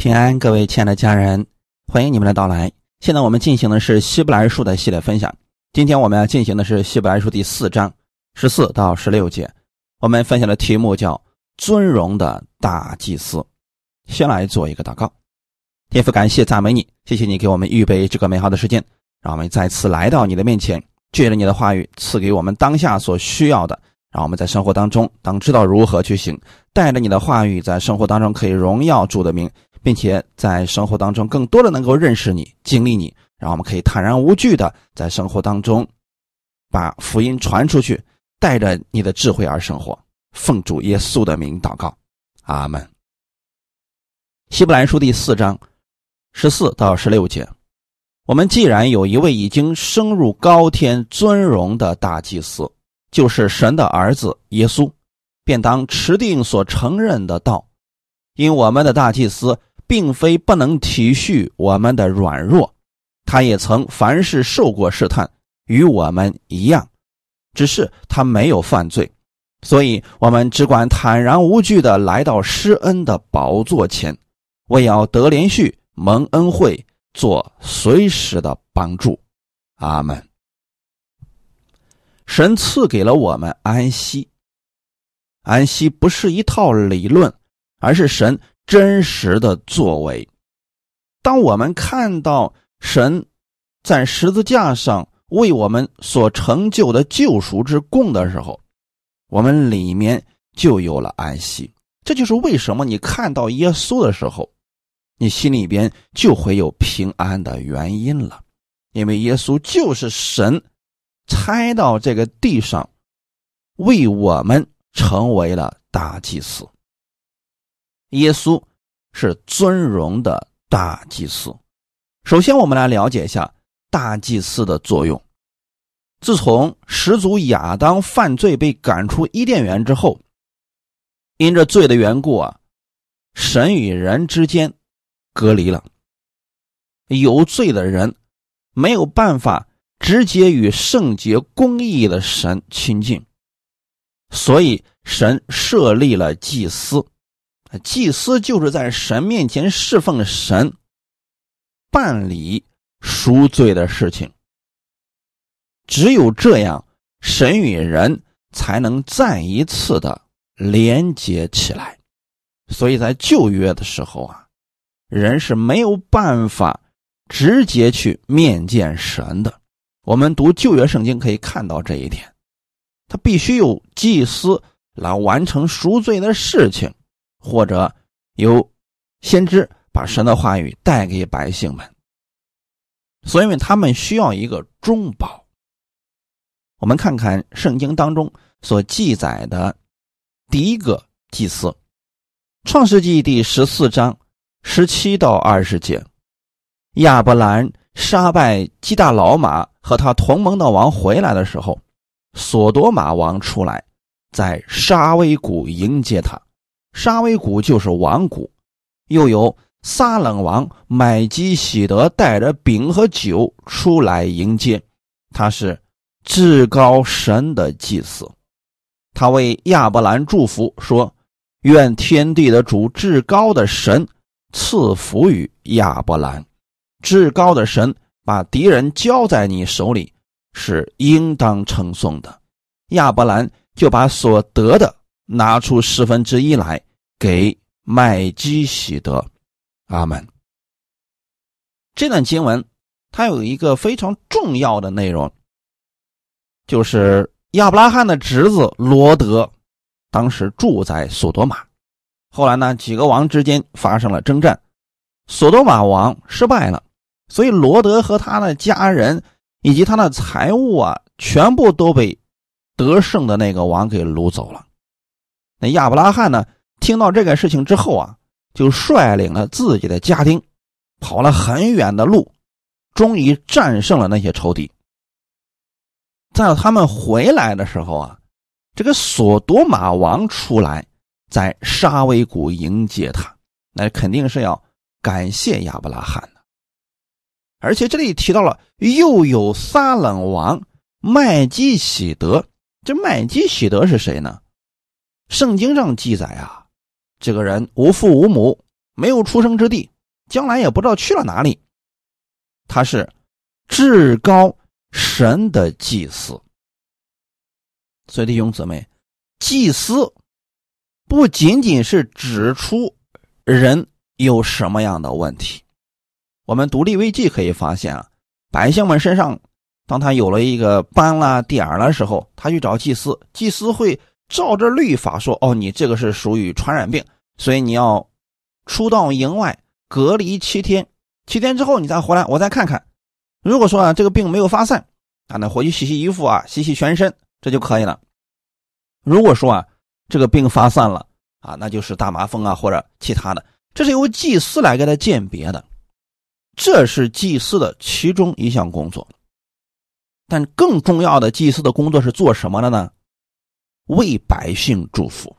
平安，各位亲爱的家人，欢迎你们的到来。现在我们进行的是希伯来书的系列分享，今天我们要进行的是希伯来书第4章14到16节。我们分享的题目叫尊荣的大祭司。先来做一个祷告。天父，感谢赞美你，谢谢你给我们预备这个美好的时间，让我们再次来到你的面前，借着你的话语赐给我们当下所需要的，让我们在生活当中当知道如何去行，带着你的话语在生活当中可以荣耀主的名，并且在生活当中更多的能够认识你，经历你，让我们可以坦然无惧的在生活当中把福音传出去，带着你的智慧而生活。奉主耶稣的名祷告，阿们。希伯来书第4章14到16节，我们既然有一位已经升入高天尊荣的大祭司，就是神的儿子耶稣，便当持定所承认的道。因我们的大祭司并非不能体恤我们的软弱，他也曾凡事受过试探，与我们一样，只是他没有犯罪，所以我们只管坦然无惧地来到施恩的宝座前，为要得连续蒙恩惠，做随时的帮助。阿们。神赐给了我们安息，安息不是一套理论，而是神真实的作为。当我们看到神在十字架上为我们所成就的救赎之功的时候，我们里面就有了安息。这就是为什么你看到耶稣的时候，你心里边就会有平安的原因了。因为耶稣就是神差到这个地上，为我们成为了大祭司。耶稣是尊荣的大祭司。首先我们来了解一下大祭司的作用。自从始祖亚当犯罪被赶出伊甸园之后，因着罪的缘故神与人之间隔离了。有罪的人没有办法直接与圣洁公义的神亲近，所以神设立了祭司。祭司就是在神面前侍奉神，办理赎罪的事情。只有这样，神与人才能再一次的连接起来。所以在旧约的时候人是没有办法直接去面见神的。我们读旧约圣经可以看到这一点，他必须有祭司来完成赎罪的事情，或者有先知把神的话语带给百姓们，所以他们需要一个中保。我们看看圣经当中所记载的第一个祭司，创世纪第14章17到20节。亚伯兰杀败基大老马和他同盟的王回来的时候，所多玛王出来，在沙威谷迎接他。沙威谷就是王谷。又有撒冷王买基喜德带着饼和酒出来迎接，他是至高神的祭司。他为亚伯兰祝福说，愿天地的主至高的神赐福于亚伯兰。至高的神把敌人交在你手里，是应当称颂的。亚伯兰就把所得的拿出1/10来给麦基喜德。阿们。这段经文它有一个非常重要的内容，就是亚伯拉罕的侄子罗德当时住在索多玛。后来呢，几个王之间发生了征战，索多玛王失败了，所以罗德和他的家人以及他的财物全部都被得胜的那个王给掳走了。那亚伯拉罕呢，听到这个事情之后就率领了自己的家丁，跑了很远的路，终于战胜了那些仇敌。在他们回来的时候这个索多玛王出来，在沙威谷迎接他，那肯定是要感谢亚伯拉罕的。而且这里提到了又有撒冷王麦基喜德。这麦基喜德是谁呢？圣经上记载这个人无父无母，没有出生之地， 将来也不知道去了哪里。他是至高神的祭司。所以弟兄姊妹，祭司不仅仅是指出人有什么样的问题。我们读利未记可以发现啊，百姓们身上当他有了一个斑啦点儿的时候，他去找祭司，祭司会照着律法说，你这个是属于传染病，所以你要出到营外隔离7天，7天之后你再回来，我再看看。如果说这个病没有发散那回去洗洗衣服洗洗全身，这就可以了。如果说这个病发散了那就是大麻风或者其他的，这是由祭司来给他鉴别的，这是祭司的其中一项工作。但更重要的，祭司的工作是做什么的呢？为百姓祝福。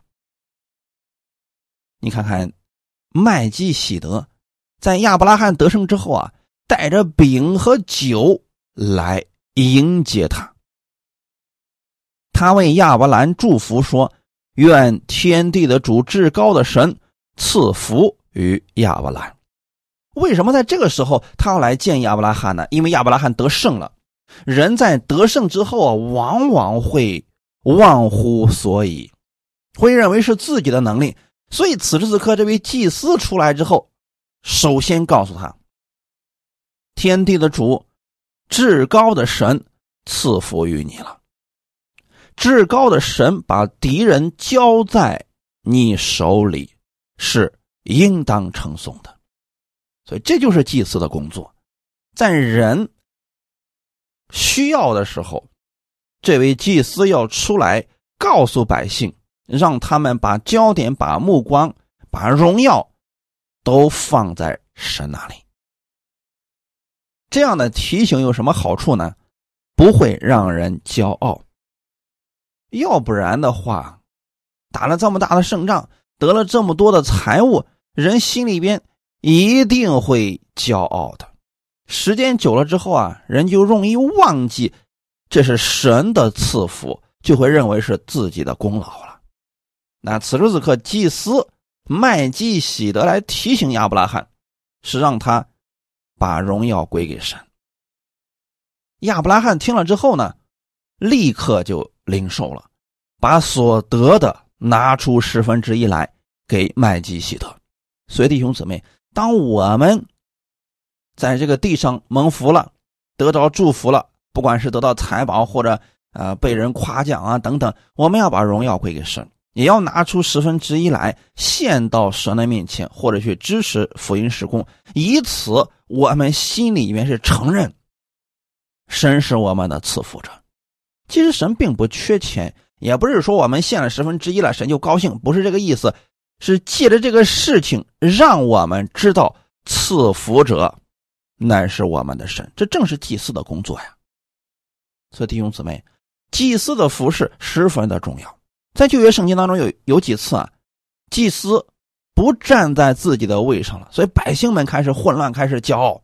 你看看麦基洗德在亚伯拉罕得胜之后带着饼和酒来迎接他。他为亚伯兰祝福说，愿天地的主至高的神赐福于亚伯兰。为什么在这个时候他要来见亚伯拉罕呢？因为亚伯拉罕得胜了。人在得胜之后往往会忘乎所以，会认为是自己的能力。所以此时此刻这位祭司出来之后，首先告诉他，天地的主至高的神赐福于你了。至高的神把敌人交在你手里是应当称颂的。所以这就是祭司的工作。在人需要的时候，这位祭司要出来告诉百姓，让他们把焦点、把目光、把荣耀都放在神那里。这样的提醒有什么好处呢？不会让人骄傲。要不然的话，打了这么大的胜仗，得了这么多的财物，人心里边一定会骄傲的。时间久了之后人就容易忘记这是神的赐福，就会认为是自己的功劳了。那此时此刻，祭司麦基洗德来提醒亚伯拉罕，是让他把荣耀归给神。亚伯拉罕听了之后呢，立刻就领受了，把所得的拿出1/10来给麦基洗德。所以弟兄姊妹，当我们在这个地上蒙福了，得着祝福了，不管是得到财宝或者被人夸奖等等，我们要把荣耀归给神，也要拿出1/10来献到神的面前，或者去支持福音事工，以此我们心里面是承认神是我们的赐福者。其实神并不缺钱，也不是说我们献了1/10了神就高兴，不是这个意思，是借着这个事情让我们知道赐福者乃是我们的神，这正是祭司的工作呀。所以弟兄姊妹，祭司的服事十分的重要。在旧约圣经当中有几次祭司不站在自己的位上了，所以百姓们开始混乱，开始骄傲，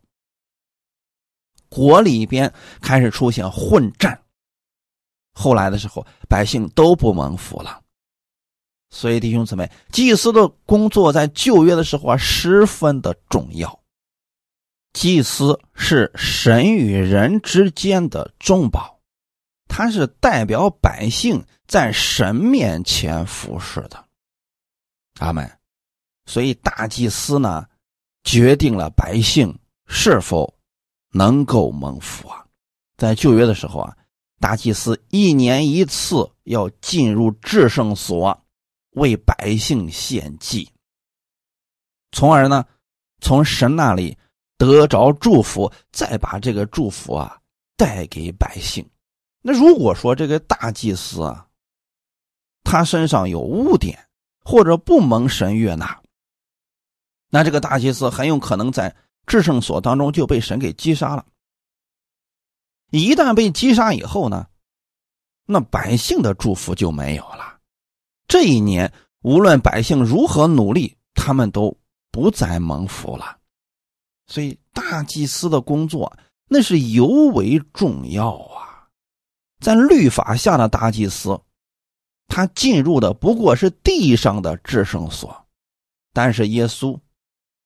国里边开始出现混战。后来的时候，百姓都不蒙福了。所以弟兄姊妹，祭司的工作在旧约的时候十分的重要。祭司是神与人之间的中保，他是代表百姓在神面前服侍的。阿们。所以大祭司呢，决定了百姓是否能够蒙福在旧约的时候大祭司1年1次要进入至圣所，为百姓献祭，从而呢从神那里得着祝福，再把这个祝福带给百姓。那如果说这个大祭司他身上有污点，或者不蒙神悦纳，那这个大祭司很有可能在至圣所当中就被神给击杀了。一旦被击杀以后呢，那百姓的祝福就没有了。这一年无论百姓如何努力，他们都不再蒙福了。所以大祭司的工作那是尤为重要在律法下的大祭司，他进入的不过是地上的至圣所，但是耶稣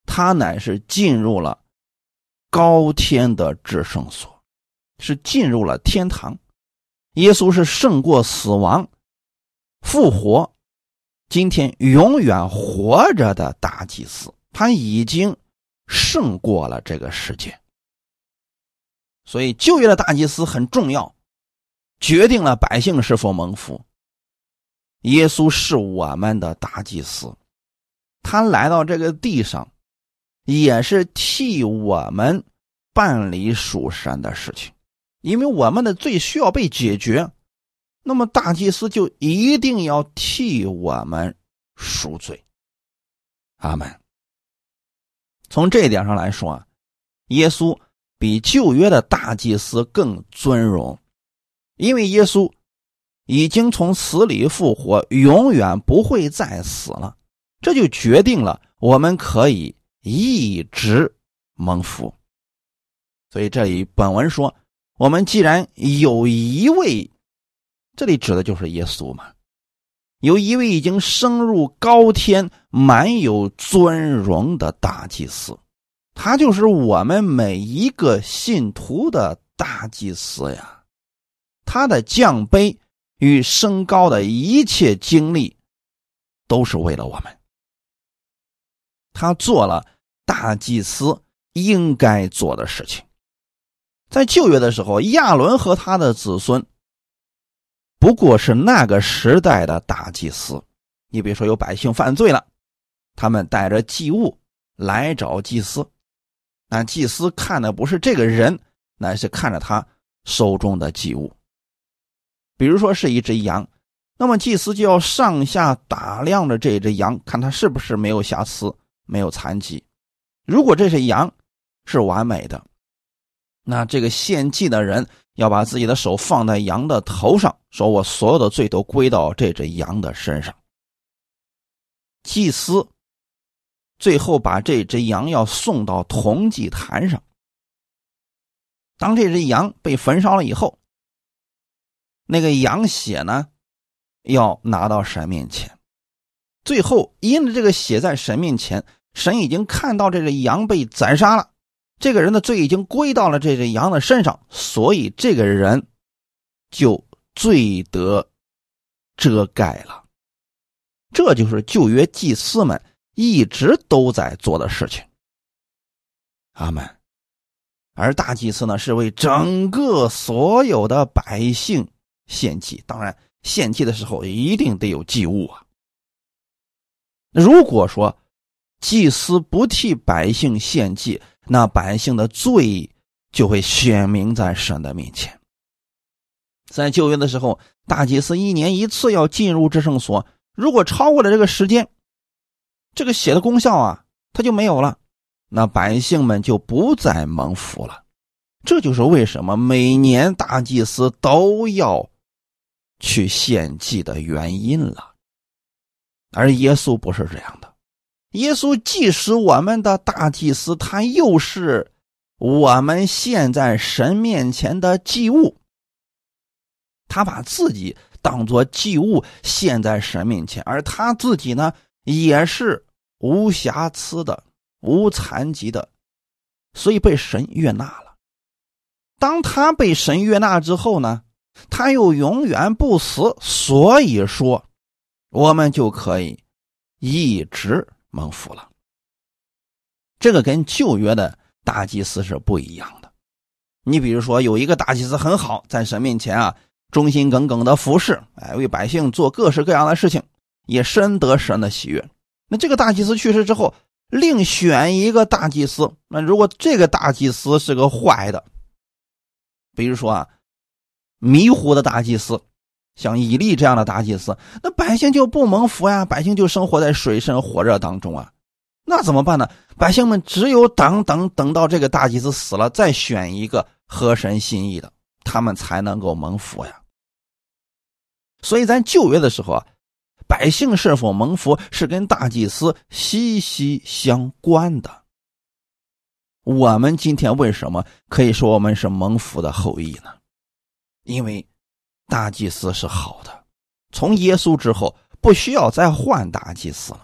他乃是进入了高天的至圣所，是进入了天堂。耶稣是胜过死亡、复活，今天永远活着的大祭司，他已经胜过了这个世界。所以旧约的大祭司很重要，决定了百姓是否蒙福。耶稣是我们的大祭司，他来到这个地上也是替我们办理属神的事情，因为我们的罪需要被解决，那么大祭司就一定要替我们赎罪。阿们。从这一点上来说啊，耶稣比旧约的大祭司更尊荣，因为耶稣已经从死里复活，永远不会再死了，这就决定了我们可以一直蒙福。所以这里本文说，我们既然有一位，这里指的就是耶稣嘛，有一位已经升入高天满有尊荣的大祭司，他就是我们每一个信徒的大祭司呀。他的降卑与升高的一切经历都是为了我们，他做了大祭司应该做的事情。在旧约的时候，亚伦和他的子孙不过是那个时代的大祭司。你比如说有百姓犯罪了，他们带着祭物来找祭司，那祭司看的不是这个人，乃是看着他手中的祭物。比如说是一只羊，那么祭司就要上下打量着这只羊，看它是不是没有瑕疵，没有残疾。如果这是羊是完美的，那这个献祭的人要把自己的手放在羊的头上，说我所有的罪都归到这只羊的身上。祭司最后把这只羊要送到铜祭坛上，当这只羊被焚烧了以后，那个羊血呢要拿到神面前，最后因着这个血在神面前，神已经看到这只羊被宰杀了，这个人的罪已经归到了这只羊的身上，所以这个人就罪得遮盖了。这就是旧约祭司们一直都在做的事情。阿们。而大祭司呢，是为整个所有的百姓献祭，当然献祭的时候一定得有祭物啊。如果说祭司不替百姓献祭，那百姓的罪就会显明在神的面前。在旧约的时候，大祭司1年1次要进入至圣所，如果超过了这个时间，这个血的功效啊它就没有了，那百姓们就不再蒙福了。这就是为什么每年大祭司都要去献祭的原因了。而耶稣不是这样的，耶稣既是我们的大祭司，他又是我们献在神面前的祭物，他把自己当作祭物献在神面前，而他自己呢也是无瑕疵的、无残疾的，所以被神悦纳了。当他被神悦纳之后呢，他又永远不死，所以说我们就可以一直蒙福了。这个跟旧约的大祭司是不一样的。你比如说有一个大祭司很好，在神面前啊忠心耿耿的服侍，为百姓做各式各样的事情，也深得神的喜悦。那这个大祭司去世之后，另选一个大祭司，那如果这个大祭司是个坏的，比如说啊迷糊的大祭司，像以利这样的大祭司，那百姓就不蒙福呀，百姓就生活在水深火热当中啊。那怎么办呢？百姓们只有等到这个大祭司死了，再选一个合神心意的，他们才能够蒙福呀。所以咱旧约的时候啊，百姓是否蒙福是跟大祭司息息相关的。我们今天为什么可以说我们是蒙福的后裔呢？因为大祭司是好的，从耶稣之后不需要再换大祭司了，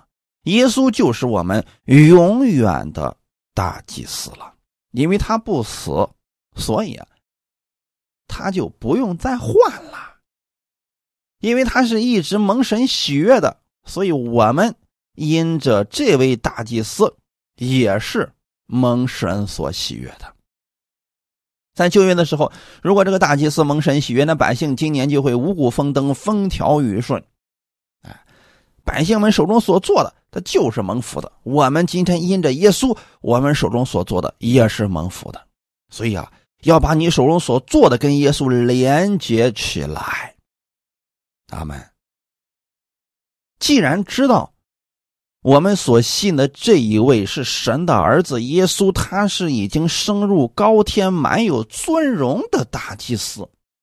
耶稣就是我们永远的大祭司了。因为他不死，所以他就不用再换了。因为他是一直蒙神喜悦的，所以我们因着这位大祭司也是蒙神所喜悦的。在旧约的时候，如果这个大祭司蒙神喜悦，那百姓今年就会五谷丰登，风调雨顺。百姓们手中所做的，它就是蒙福的。我们今天因着耶稣，我们手中所做的也是蒙福的。所以要把你手中所做的跟耶稣连接起来。阿们。既然知道我们所信的这一位是神的儿子耶稣，他是已经升入高天满有尊荣的大祭司，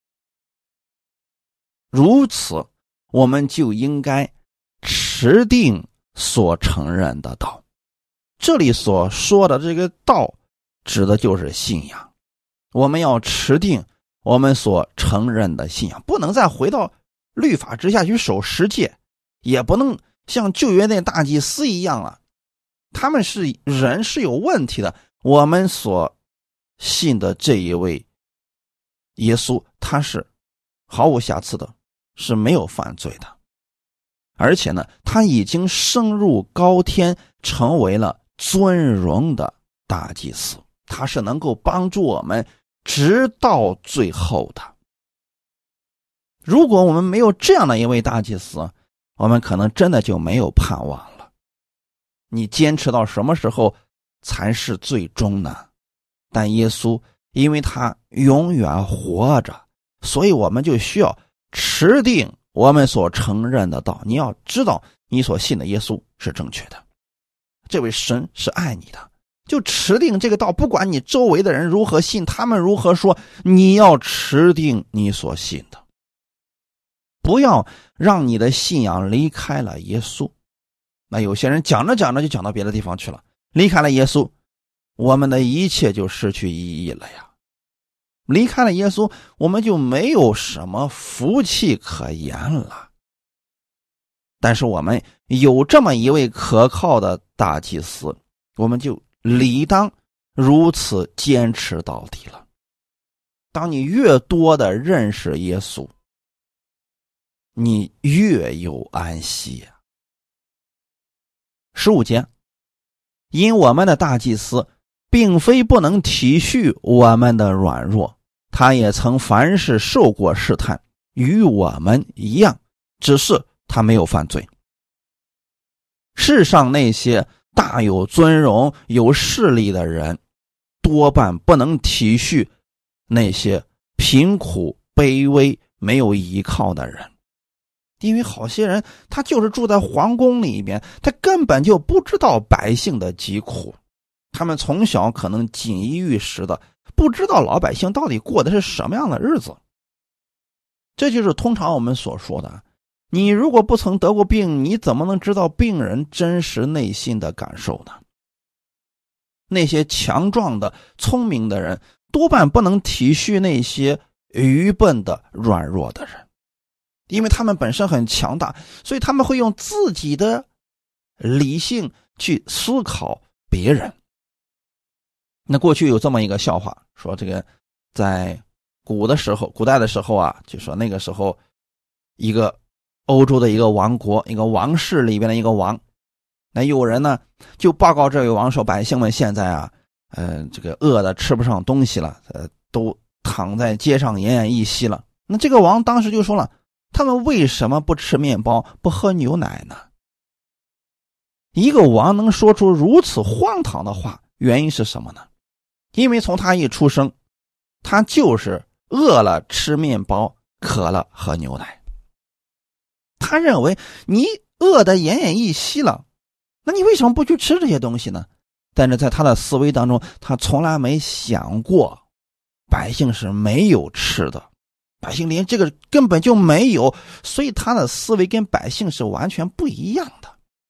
如此我们就应该持定所承认的道。这里所说的这个道指的就是信仰。我们要持定我们所承认的信仰，不能再回到律法之下去守十诫，也不能像旧约那大祭司一样了。他们是人，是有问题的。我们所信的这一位耶稣，他是毫无瑕疵的，是没有犯罪的。而且呢，他已经升入高天，成为了尊荣的大祭司，他是能够帮助我们直到最后的。如果我们没有这样的一位大祭司，我们可能真的就没有盼望了。你坚持到什么时候才是最终呢？但耶稣因为他永远活着，所以我们就需要持定我们所承认的道。你要知道你所信的耶稣是正确的，这位神是爱你的，就持定这个道。不管你周围的人如何信，他们如何说，你要持定你所信的，不要让你的信仰离开了耶稣。那有些人讲着讲着就讲到别的地方去了，离开了耶稣，我们的一切就失去意义了呀。离开了耶稣，我们就没有什么福气可言了。但是我们有这么一位可靠的大祭司，我们就理当如此坚持到底了。当你越多的认识耶稣，你越有安息呀。15节，因我们的大祭司并非不能体恤我们的软弱，他也曾凡事受过试探，与我们一样，只是他没有犯罪。世上那些大有尊荣有势力的人，多半不能体恤那些贫苦卑微没有依靠的人。因为好些人他就是住在皇宫里面，他根本就不知道百姓的疾苦，他们从小可能锦衣玉食的，不知道老百姓到底过的是什么样的日子。这就是通常我们所说的，你如果不曾得过病，你怎么能知道病人真实内心的感受呢？那些强壮的聪明的人多半不能体恤那些愚笨的软弱的人，因为他们本身很强大，所以他们会用自己的理性去思考别人。那过去有这么一个笑话，说这个在古代的时候就说那个时候一个欧洲的一个王国，一个王室里边的一个王，那有人呢就报告这位王说，百姓们现在这个饿的吃不上东西了，都躺在街上奄奄一息了。那这个王当时就说了，他们为什么不吃面包不喝牛奶呢？一个王能说出如此荒唐的话，原因是什么呢？因为从他一出生，他就是饿了吃面包，渴了喝牛奶。他认为你饿得奄奄一息了，那你为什么不去吃这些东西呢？但是在他的思维当中，他从来没想过百姓是没有吃的，百姓连这个根本就没有，所以他的思维跟百姓是完全不一样的。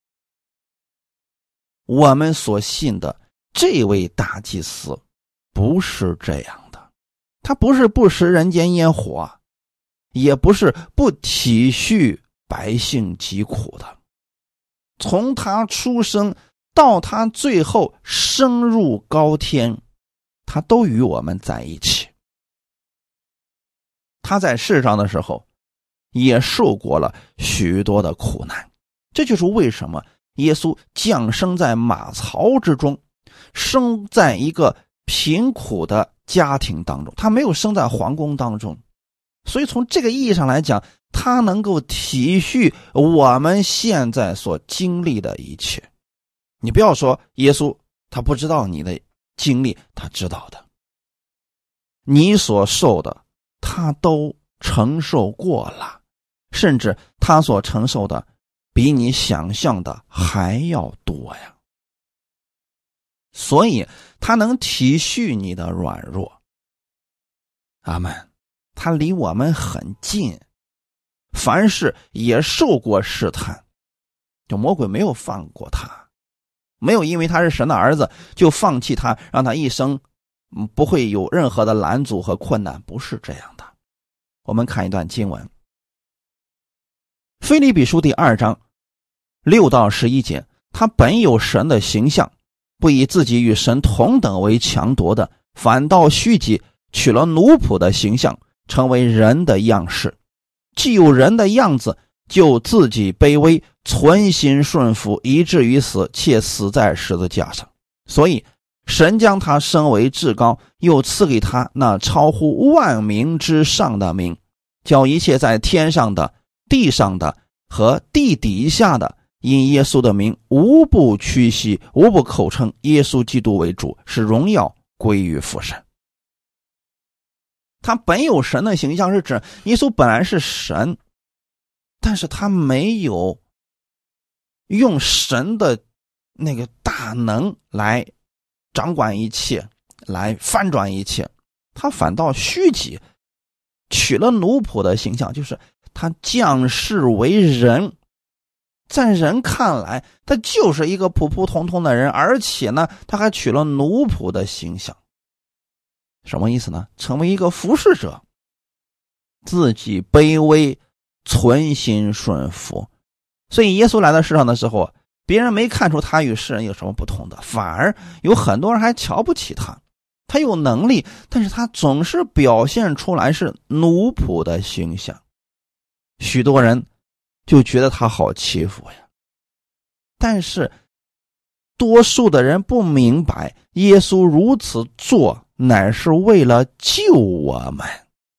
我们所信的这位大祭司不是这样的，他不是不食人间烟火，也不是不体恤百姓疾苦的。 从他出生到他最后升入高天，他都与我们在一起。他在世上的时候也受过了许多的苦难，这就是为什么耶稣降生在马槽之中，生在一个贫苦的家庭当中，他没有生在皇宫当中。所以从这个意义上来讲，他能够体恤我们现在所经历的一切。你不要说耶稣他不知道你的经历，他知道的。你所受的他都承受过了，甚至他所承受的比你想象的还要多呀。所以他能体恤你的软弱。阿们。他离我们很近，凡事也受过试探，就魔鬼没有放过他，没有因为他是神的儿子就放弃他，让他一生不会有任何的拦阻和困难，不是这样的。我们看一段经文，腓立比书第2章6到11节，他本有神的形象，不以自己与神同等为强夺的，反倒虚己，取了奴仆的形象，成为人的样式。既有人的样子，就自己卑微，存心顺服，以至于死，且死在十字架上。所以神将他升为至高，又赐给他那超乎万名之上的名，叫一切在天上的、地上的和地底下的，因耶稣的名无不屈膝，无不口称耶稣基督为主，使荣耀归于父神。他本有神的形象，是指耶稣本来是神，但是他没有用神的那个大能来掌管一切，来翻转一切，他反倒虚己，取了奴仆的形象，就是他降世为人，在人看来他就是一个普普通通的人，而且呢他还取了奴仆的形象。什么意思呢？成为一个服侍者，自己卑微，存心顺服。所以耶稣来到世上的时候，别人没看出他与世人有什么不同的，反而有很多人还瞧不起他。他有能力，但是他总是表现出来是奴仆的形象，许多人就觉得他好欺负呀。但是多数的人不明白，耶稣如此做乃是为了救我们。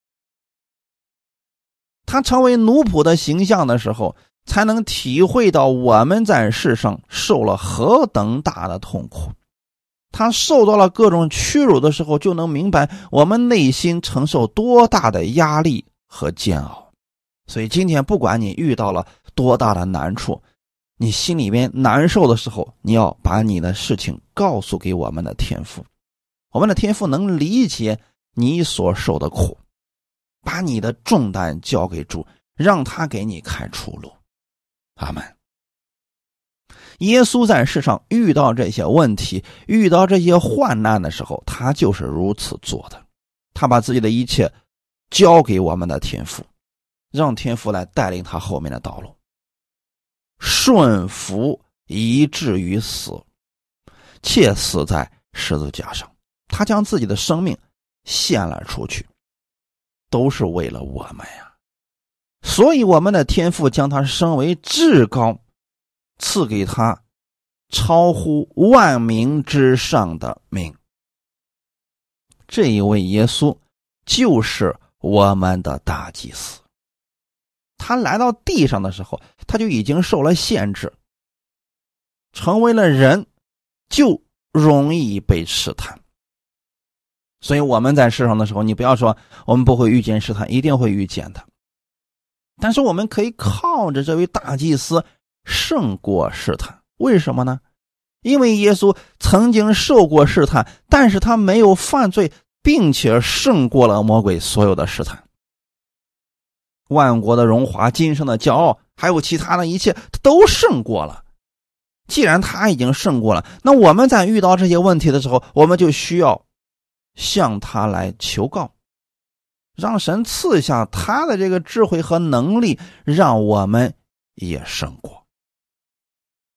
他成为奴仆的形象的时候，才能体会到我们在世上受了何等大的痛苦。他受到了各种屈辱的时候，就能明白我们内心承受多大的压力和煎熬。所以今天不管你遇到了多大的难处，你心里边难受的时候，你要把你的事情告诉给我们的天父。我们的天父能理解你所受的苦，把你的重担交给主，让他给你开出路。阿们。耶稣在世上遇到这些问题，遇到这些患难的时候，他就是如此做的。他把自己的一切交给我们的天父，让天父来带领他后面的道路，顺服以至于死，且死在十字架上。他将自己的生命献了出去，都是为了我们呀。所以我们的天父将他升为至高，赐给他超乎万名之上的名。这一位耶稣就是我们的大祭司。他来到地上的时候，他就已经受了限制，成为了人，就容易被试探。所以我们在世上的时候，你不要说我们不会遇见试探，一定会遇见的。但是我们可以靠着这位大祭司胜过试探。为什么呢？因为耶稣曾经受过试探，但是他没有犯罪，并且胜过了魔鬼所有的试探。万国的荣华，今生的骄傲，还有其他的一切都胜过了。既然他已经胜过了，那我们在遇到这些问题的时候，我们就需要向他来求告，让神赐下他的这个智慧和能力，让我们也胜过。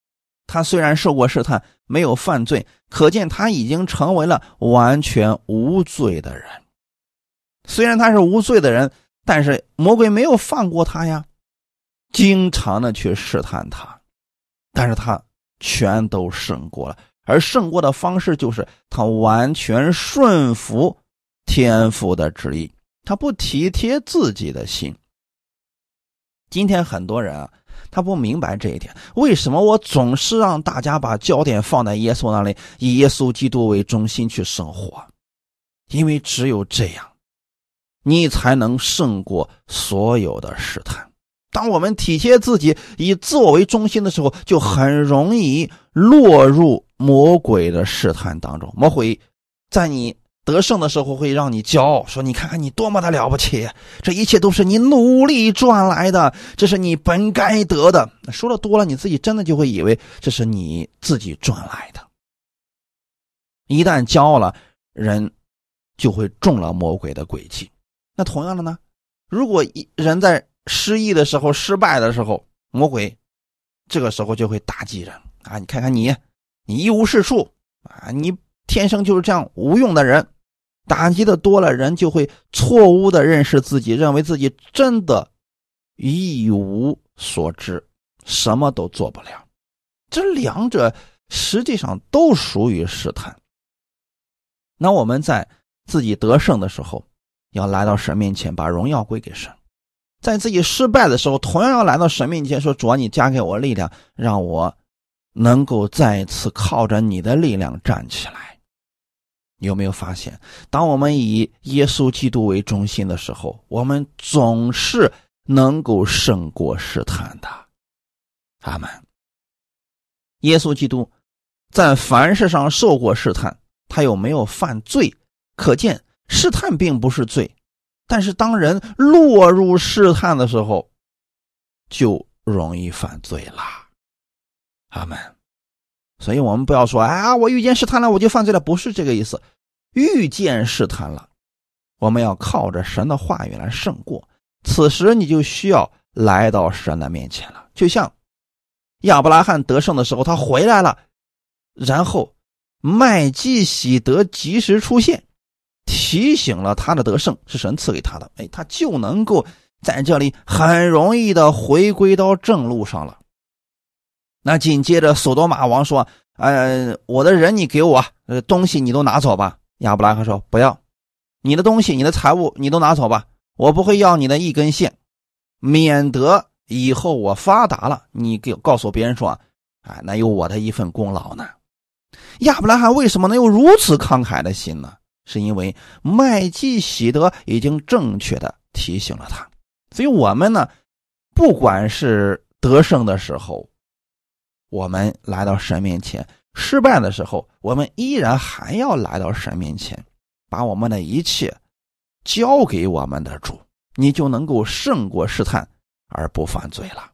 他虽然受过试探，没有犯罪，可见他已经成为了完全无罪的人。虽然他是无罪的人，但是魔鬼没有放过他呀，经常的去试探他，但是他全都胜过了。而胜过的方式就是他完全顺服天父的旨意，他不体贴自己的心。今天很多人他不明白这一点，为什么我总是让大家把焦点放在耶稣那里，以耶稣基督为中心去生活？因为只有这样，你才能胜过所有的试探。当我们体贴自己，以自我为中心的时候，就很容易落入魔鬼的试探当中。魔鬼在你得胜的时候会让你骄傲，说你看看你多么的了不起，这一切都是你努力赚来的，这是你本该得的。说的多了，你自己真的就会以为这是你自己赚来的。一旦骄傲了，人就会中了魔鬼的诡计。那同样的呢，如果人在失意的时候，失败的时候，魔鬼这个时候就会打击人啊！你看看你一无是处啊，你天生就是这样无用的人。打击的多了，人就会错误的认识自己，认为自己真的一无所知，什么都做不了。这两者实际上都属于试探。那我们在自己得胜的时候，要来到神面前，把荣耀归给神。在自己失败的时候，同样要来到神面前说，主啊，你加给我力量，让我能够再一次靠着你的力量站起来。你有没有发现，当我们以耶稣基督为中心的时候，我们总是能够胜过试探的。阿们。耶稣基督在凡事上受过试探，他有没有犯罪？可见试探并不是罪，但是当人落入试探的时候，就容易犯罪了。阿们。所以我们不要说我遇见试探了我就犯罪了，不是这个意思。遇见试探了，我们要靠着神的话语来胜过，此时你就需要来到神的面前了。就像亚伯拉罕得胜的时候，他回来了，然后麦基洗德及时出现，提醒了他的得胜是神赐给他的，他就能够在这里很容易的回归到正路上了。那紧接着索多玛王说我的人你给我东西你都拿走吧。亚伯拉罕说不要，你的东西你的财物你都拿走吧，我不会要你的一根线，免得以后我发达了你告诉别人说那有我的一份功劳呢。亚伯拉罕为什么能有如此慷慨的心呢？是因为麦基洗德已经正确的提醒了他。所以我们呢，不管是得胜的时候，我们来到神面前，失败的时候，我们依然还要来到神面前，把我们的一切交给我们的主，你就能够胜过试探而不犯罪了。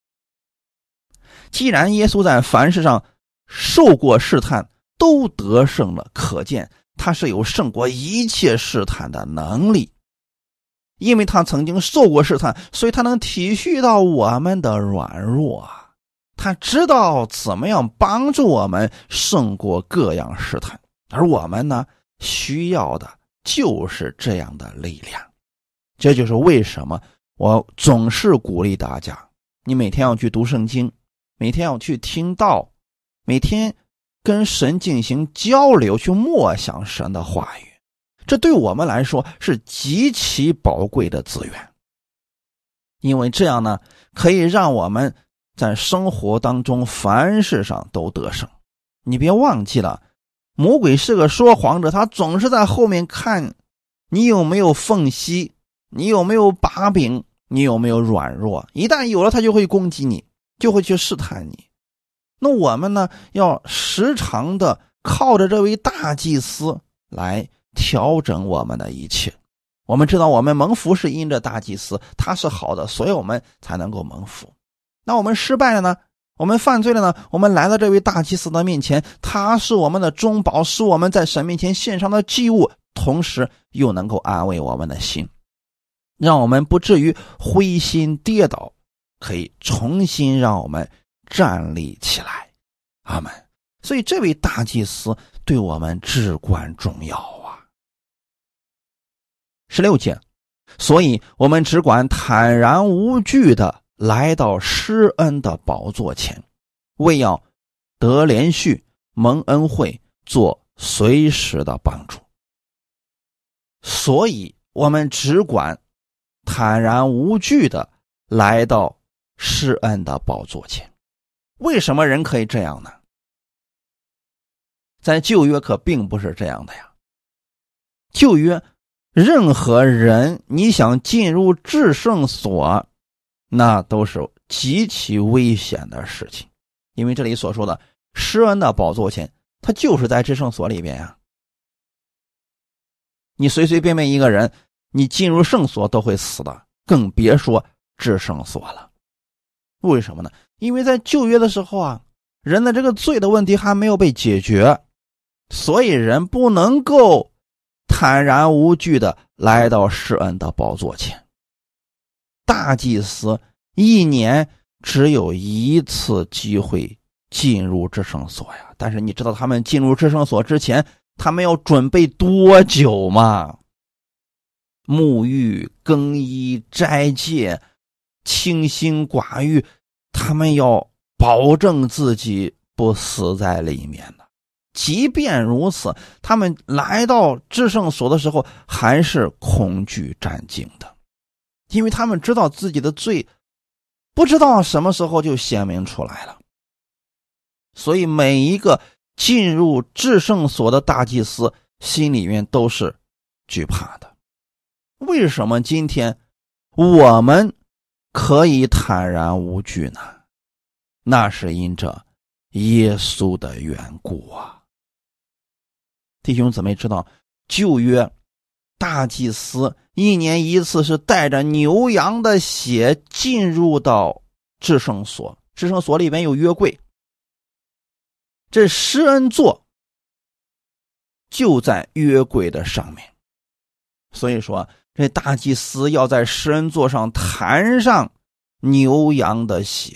既然耶稣在凡事上受过试探都得胜了，可见他是有胜过一切试探的能力。因为他曾经受过试探，所以他能体恤到我们的软弱，他知道怎么样帮助我们胜过各样试探，而我们呢，需要的就是这样的力量。这就是为什么我总是鼓励大家，你每天要去读圣经，每天要去听道，每天跟神进行交流，去默想神的话语，这对我们来说是极其宝贵的资源。因为这样呢，可以让我们在生活当中凡事上都得胜。你别忘记了，魔鬼是个说谎者，他总是在后面看你有没有缝隙，你有没有把柄，你有没有软弱，一旦有了他就会攻击你，就会去试探你。那我们呢，要时常的靠着这位大祭司来调整我们的一切。我们知道我们蒙福是因着大祭司，他是好的，所以我们才能够蒙福。那我们失败了呢，我们犯罪了呢，我们来到这位大祭司的面前，他是我们的中保，是我们在神面前献上的祭物，同时又能够安慰我们的心，让我们不至于灰心跌倒，可以重新让我们站立起来。 阿们。所以这位大祭司对我们至关重要啊。16节，所以我们只管坦然无惧的来到施恩的宝座前，为要得连续蒙恩惠，做随时的帮助。所以我们只管坦然无惧的来到施恩的宝座前。为什么人可以这样呢？在旧约可并不是这样的呀。旧约任何人你想进入至圣所，那都是极其危险的事情。因为这里所说的施恩的宝座前，它就是在至圣所里边呀。你随随便便一个人，你进入圣所都会死的，更别说至圣所了。为什么呢？因为在旧约的时候啊，人的这个罪的问题还没有被解决，所以人不能够坦然无惧的来到施恩的宝座前。大祭司一年只有一次机会进入至圣所呀，但是你知道他们进入至圣所之前，他们要准备多久吗？沐浴、更衣、斋戒、清心寡欲，他们要保证自己不死在里面的。即便如此，他们来到至圣所的时候还是恐惧战兢的，因为他们知道自己的罪不知道什么时候就显明出来了。所以每一个进入至圣所的大祭司心里面都是惧怕的。为什么今天我们可以坦然无惧呢？那是因着耶稣的缘故啊。弟兄姊妹知道，旧约大祭司一年一次是带着牛羊的血进入到至圣所，至圣所里面有约柜，这施恩座就在约柜的上面。所以说这大祭司要在施恩座上弹上牛羊的血，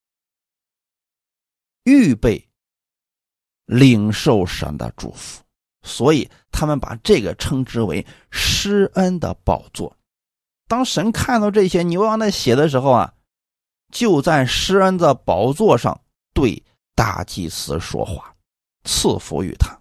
预备领受神的祝福。所以他们把这个称之为施恩的宝座。当神看到这些牛羊的血的时候啊，就在施恩的宝座上对大祭司说话，赐福于他。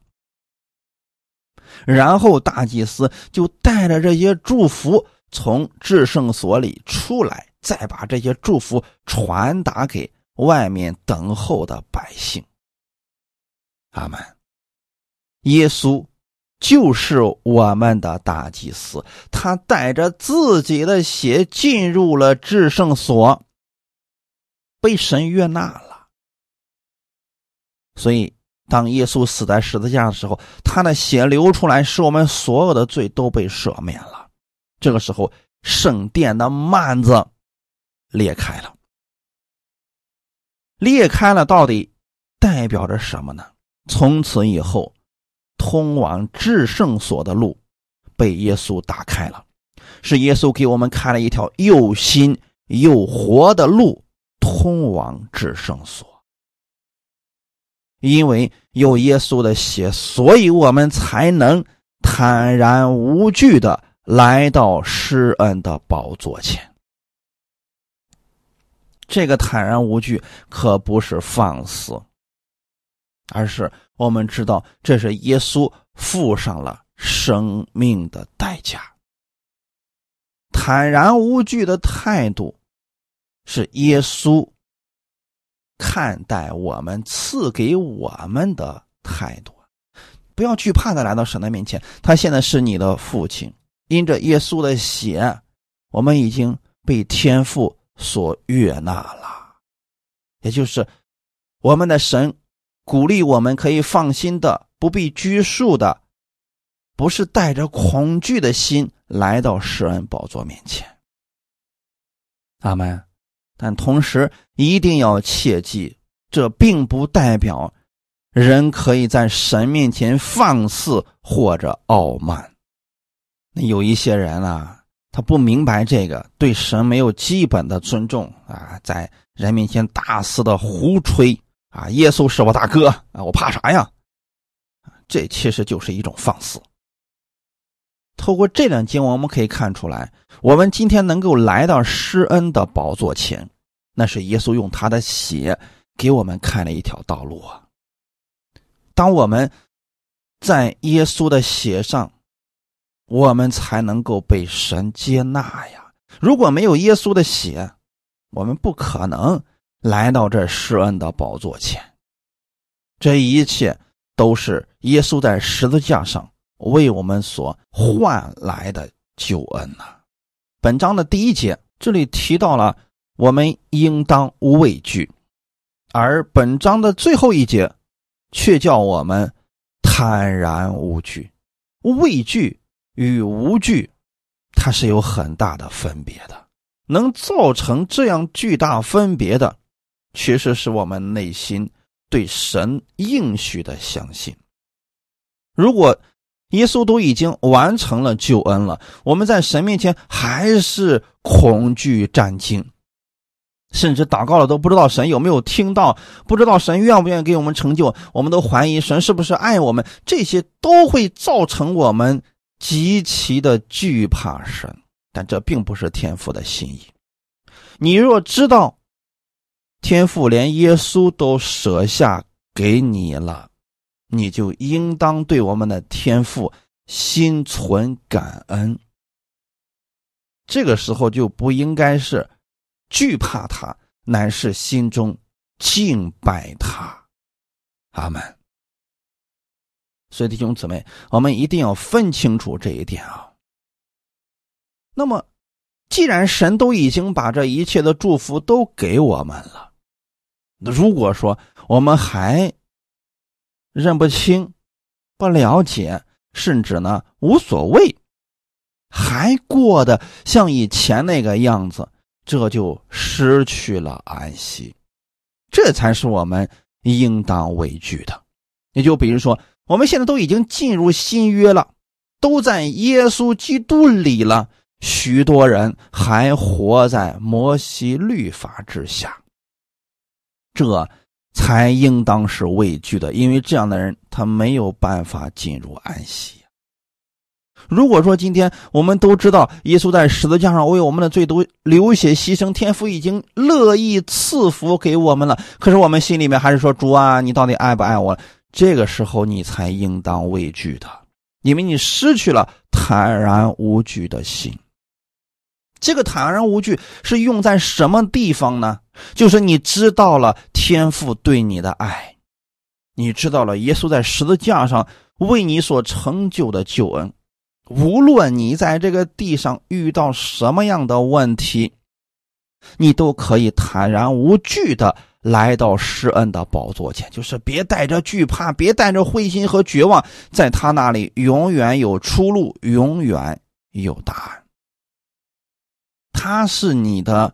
然后大祭司就带着这些祝福从至圣所里出来，再把这些祝福传达给外面等候的百姓。阿们。耶稣就是我们的大祭司，他带着自己的血进入了至圣所，被神悦纳了。所以当耶稣死在十字架的时候，他的血流出来，使我们所有的罪都被赦免了。这个时候圣殿的幔子裂开了。裂开了到底代表着什么呢？从此以后通往至圣所的路被耶稣打开了，是耶稣给我们开了一条又新又活的路，通往至圣所。因为有耶稣的血，所以我们才能坦然无惧的来到施恩的宝座前。这个坦然无惧可不是放肆，而是我们知道这是耶稣付上了生命的代价。坦然无惧的态度是耶稣看待我们赐给我们的态度。不要惧怕的来到神的面前，他现在是你的父亲，因着耶稣的血，我们已经被天父所悦纳了。也就是我们的神鼓励我们可以放心的，不必拘束的，不是带着恐惧的心来到施恩宝座面前。阿们。但同时一定要切记，这并不代表人可以在神面前放肆或者傲慢。有一些人啊，他不明白这个，对神没有基本的尊重啊，在人面前大肆的胡吹耶稣是我大哥我怕啥呀？这其实就是一种放肆。透过这段经文我们可以看出来，我们今天能够来到施恩的宝座前，那是耶稣用他的血给我们开了一条道路啊。当我们在耶稣的血上，我们才能够被神接纳呀。如果没有耶稣的血，我们不可能来到这施恩的宝座前。这一切都是耶稣在十字架上为我们所换来的救恩啊。本章的第一节这里提到了我们应当畏惧，而本章的最后一节却叫我们坦然无惧。畏惧与无惧它是有很大的分别的，能造成这样巨大分别的，其实是我们内心对神应许的相信。如果耶稣都已经完成了救恩了，我们在神面前还是恐惧战惊，甚至祷告了都不知道神有没有听到，不知道神愿不愿意给我们成就，我们都怀疑神是不是爱我们，这些都会造成我们极其的惧怕神。但这并不是天父的心意。你若知道天父连耶稣都舍下给你了，你就应当对我们的天父心存感恩。这个时候就不应该是惧怕他，乃是心中敬拜他。阿们。所以弟兄姊妹，我们一定要分清楚这一点啊。那么既然神都已经把这一切的祝福都给我们了，如果说我们还认不清、不了解，甚至呢无所谓，还过得像以前那个样子，这就失去了安息。这才是我们应当畏惧的。也就比如说，我们现在都已经进入新约了，都在耶稣基督里了，许多人还活在摩西律法之下，这才应当是畏惧的，因为这样的人他没有办法进入安息。如果说今天我们都知道耶稣在十字架上为我们的罪都流血牺牲，天父已经乐意赐福给我们了，可是我们心里面还是说，主啊，你到底爱不爱我？这个时候你才应当畏惧的，因为你失去了坦然无惧的心。这个坦然无惧是用在什么地方呢？就是你知道了天父对你的爱，你知道了耶稣在十字架上为你所成就的救恩，无论你在这个地上遇到什么样的问题，你都可以坦然无惧的来到施恩的宝座前，就是别带着惧怕，别带着灰心和绝望，在他那里永远有出路，永远有答案。他是你的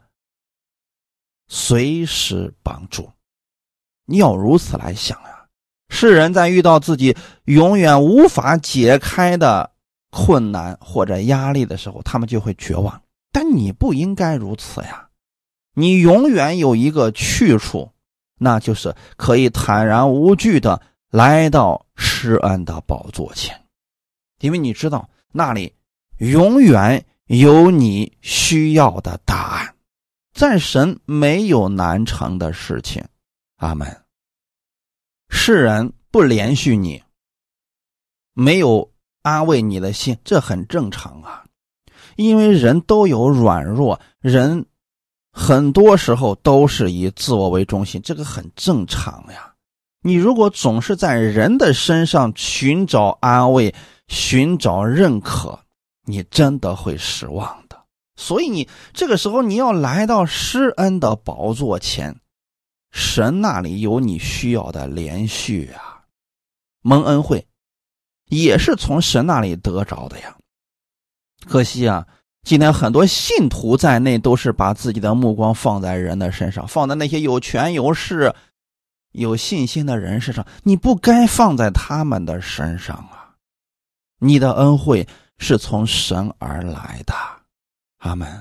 随时帮助，你要如此来想啊。世人在遇到自己永远无法解开的困难或者压力的时候，他们就会绝望，但你不应该如此呀。你永远有一个去处，那就是可以坦然无惧的来到施恩的宝座前，因为你知道那里永远有你需要的答案，在神没有难成的事情。阿们。世人不连续你，没有安慰你的心，这很正常啊，因为人都有软弱，人很多时候都是以自我为中心，这个很正常呀。你如果总是在人的身上寻找安慰，寻找认可，你真的会失望的。所以你这个时候你要来到施恩的宝座前，神那里有你需要的连续啊。蒙恩惠也是从神那里得着的呀。可惜啊，今天很多信徒在内都是把自己的目光放在人的身上，放在那些有权有势有信心的人身上，你不该放在他们的身上啊。你的恩惠是从神而来的。阿们。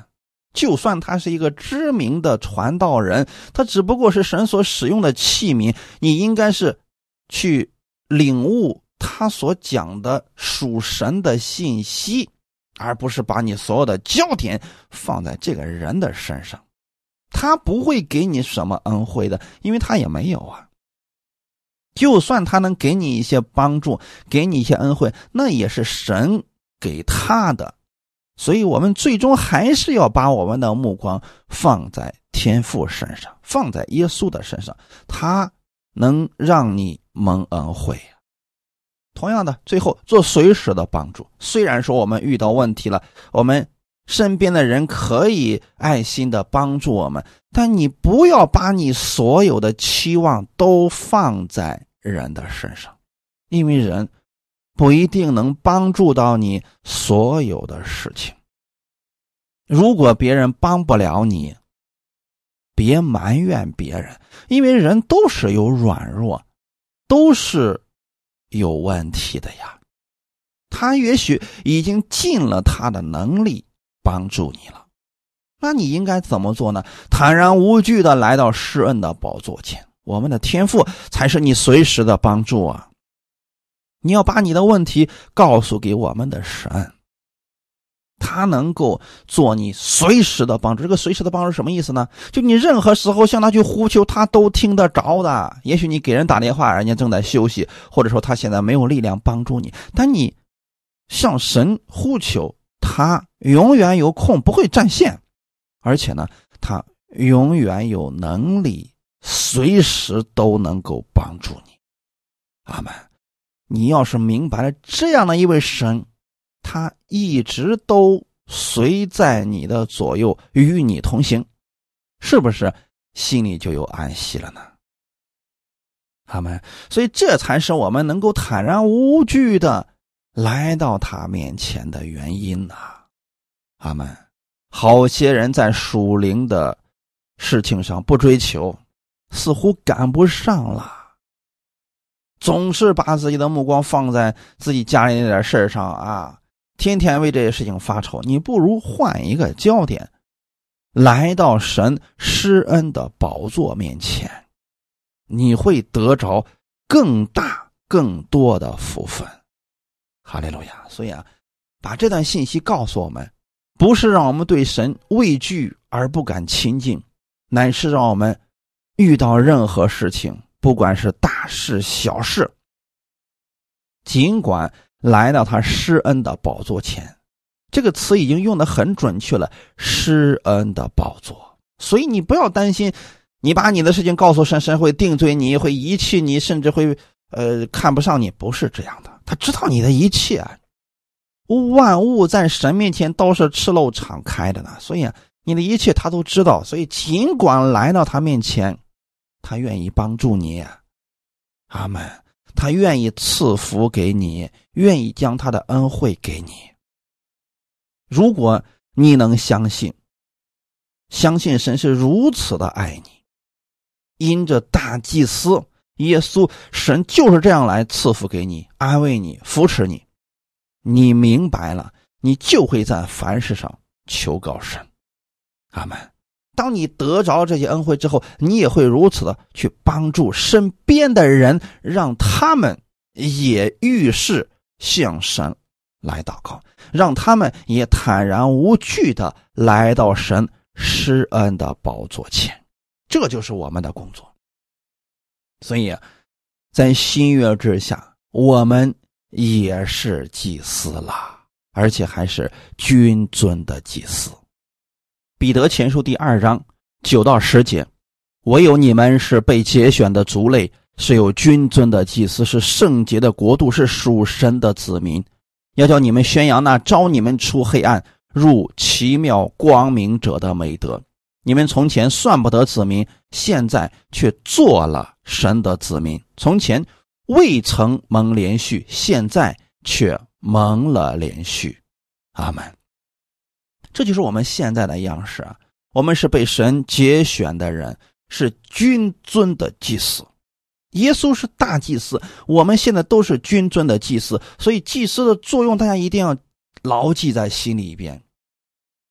就算他是一个知名的传道人，他只不过是神所使用的器皿，你应该是去领悟他所讲的属神的信息，而不是把你所有的焦点放在这个人的身上。他不会给你什么恩惠的，因为他也没有啊。就算他能给你一些帮助，给你一些恩惠，那也是神给他的。所以我们最终还是要把我们的目光放在天父身上，放在耶稣的身上，他能让你蒙恩惠。同样的，最后做随时的帮助。虽然说我们遇到问题了，我们身边的人可以爱心的帮助我们，但你不要把你所有的期望都放在人的身上，因为人不一定能帮助到你所有的事情。如果别人帮不了你，别埋怨别人，因为人都是有软弱，都是有问题的呀。他也许已经尽了他的能力帮助你了，那你应该怎么做呢？坦然无惧的来到施恩的宝座前，我们的天父才是你随时的帮助啊！你要把你的问题告诉给我们的神，他能够做你随时的帮助。这个随时的帮助是什么意思呢？就你任何时候向他去呼求，他都听得着的。也许你给人打电话，人家正在休息，或者说他现在没有力量帮助你，但你向神呼求，他永远有空，不会占线，而且呢，他永远有能力，随时都能够帮助你。阿们。你要是明白了这样的一位神，他一直都随在你的左右，与你同行，是不是心里就有安息了呢？阿们。所以这才是我们能够坦然无惧的来到他面前的原因啊！阿们。好些人在属灵的事情上不追求，似乎赶不上了，总是把自己的目光放在自己家里那点事上啊，天天为这些事情发愁。你不如换一个焦点，来到神施恩的宝座面前，你会得着更大更多的福分。哈利路亚！所以啊，把这段信息告诉我们，不是让我们对神畏惧而不敢亲近，乃是让我们遇到任何事情，不管是大事小事，尽管来到他施恩的宝座前。这个词已经用得很准确了，施恩的宝座。所以你不要担心，你把你的事情告诉神，神会定罪你，会遗弃你，甚至会看不上你。不是这样的，他知道你的一切，万物在神面前都是赤露敞开的呢。所以你的一切他都知道，所以尽管来到他面前，他愿意帮助你。阿们。他愿意赐福给你，愿意将他的恩惠给你。如果你能相信神是如此的爱你，因着大祭司耶稣，神就是这样来赐福给你，安慰你，扶持你。你明白了，你就会在凡事上求告神。阿们。当你得着这些恩惠之后，你也会如此的去帮助身边的人，让他们也遇事向神来祷告，让他们也坦然无惧的来到神施恩的宝座前。这就是我们的工作。所以在新约之下，我们也是祭司了，而且还是君尊的祭司。彼得前书第2章9到10节，唯有你们是被节选的族类，是有君尊的祭司，是圣洁的国度，是属神的子民，要叫你们宣扬那召你们出黑暗入奇妙光明者的美德。你们从前算不得子民，现在却做了神的子民；从前未曾蒙连续，现在却蒙了连续。阿们。这就是我们现在的样式啊！我们是被神节选的人，是君尊的祭司。耶稣是大祭司，我们现在都是君尊的祭司。所以祭司的作用大家一定要牢记在心里边。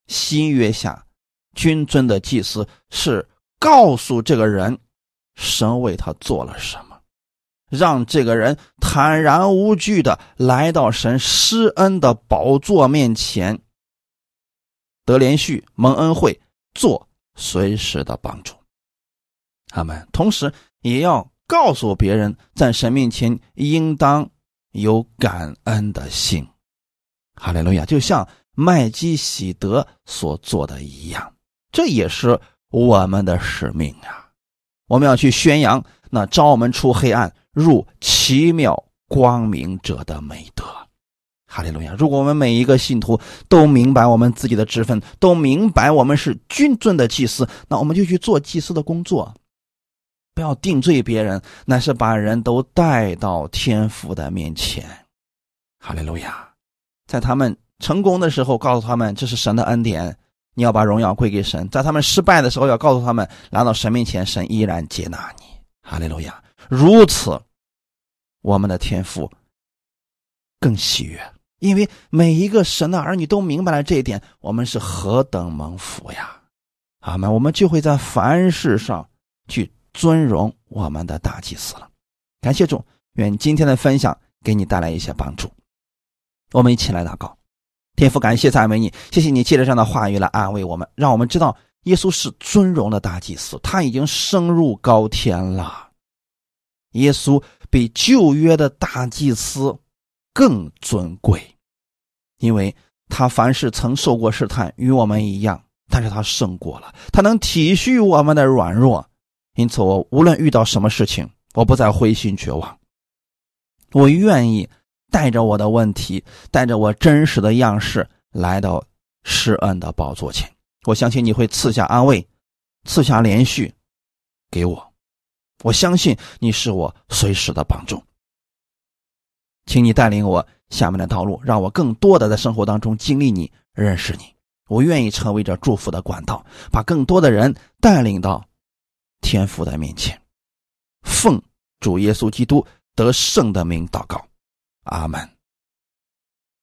新约下君尊的祭司是告诉这个人神为他做了什么，让这个人坦然无惧的来到神施恩的宝座面前，得连续蒙恩惠，做随时的帮助。阿们。同时也要告诉别人，在神面前应当有感恩的心。哈利路亚，就像麦基洗德所做的一样，这也是我们的使命啊！我们要去宣扬那召我们出黑暗入奇妙光明者的美德。哈利路亚！如果我们每一个信徒都明白我们自己的职分，都明白我们是君尊的祭司，那我们就去做祭司的工作，不要定罪别人，乃是把人都带到天父的面前。哈利路亚！在他们成功的时候告诉他们这是神的恩典，你要把荣耀归给神。在他们失败的时候要告诉他们，来到神面前，神依然接纳你。哈利路亚！如此我们的天父更喜悦，因为每一个神的儿女都明白了这一点，我们是何等蒙福呀！阿们。我们就会在凡事上去尊荣我们的大祭司了。感谢主，愿今天的分享给你带来一些帮助。我们一起来祷告。天父，感谢赞美你，谢谢你借着这样的话语来安慰我们，让我们知道耶稣是尊荣的大祭司，他已经升入高天了。耶稣比旧约的大祭司更尊贵，因为他凡事曾受过试探，与我们一样，但是他胜过了，他能体恤我们的软弱。因此我无论遇到什么事情，我不再灰心绝望，我愿意带着我的问题，带着我真实的样式来到施恩的宝座前。我相信你会赐下安慰，赐下连续给我，我相信你是我随时的帮助。请你带领我下面的道路，让我更多的在生活当中经历你，认识你。我愿意成为这祝福的管道，把更多的人带领到天父的面前。奉主耶稣基督得胜的名祷告，阿们。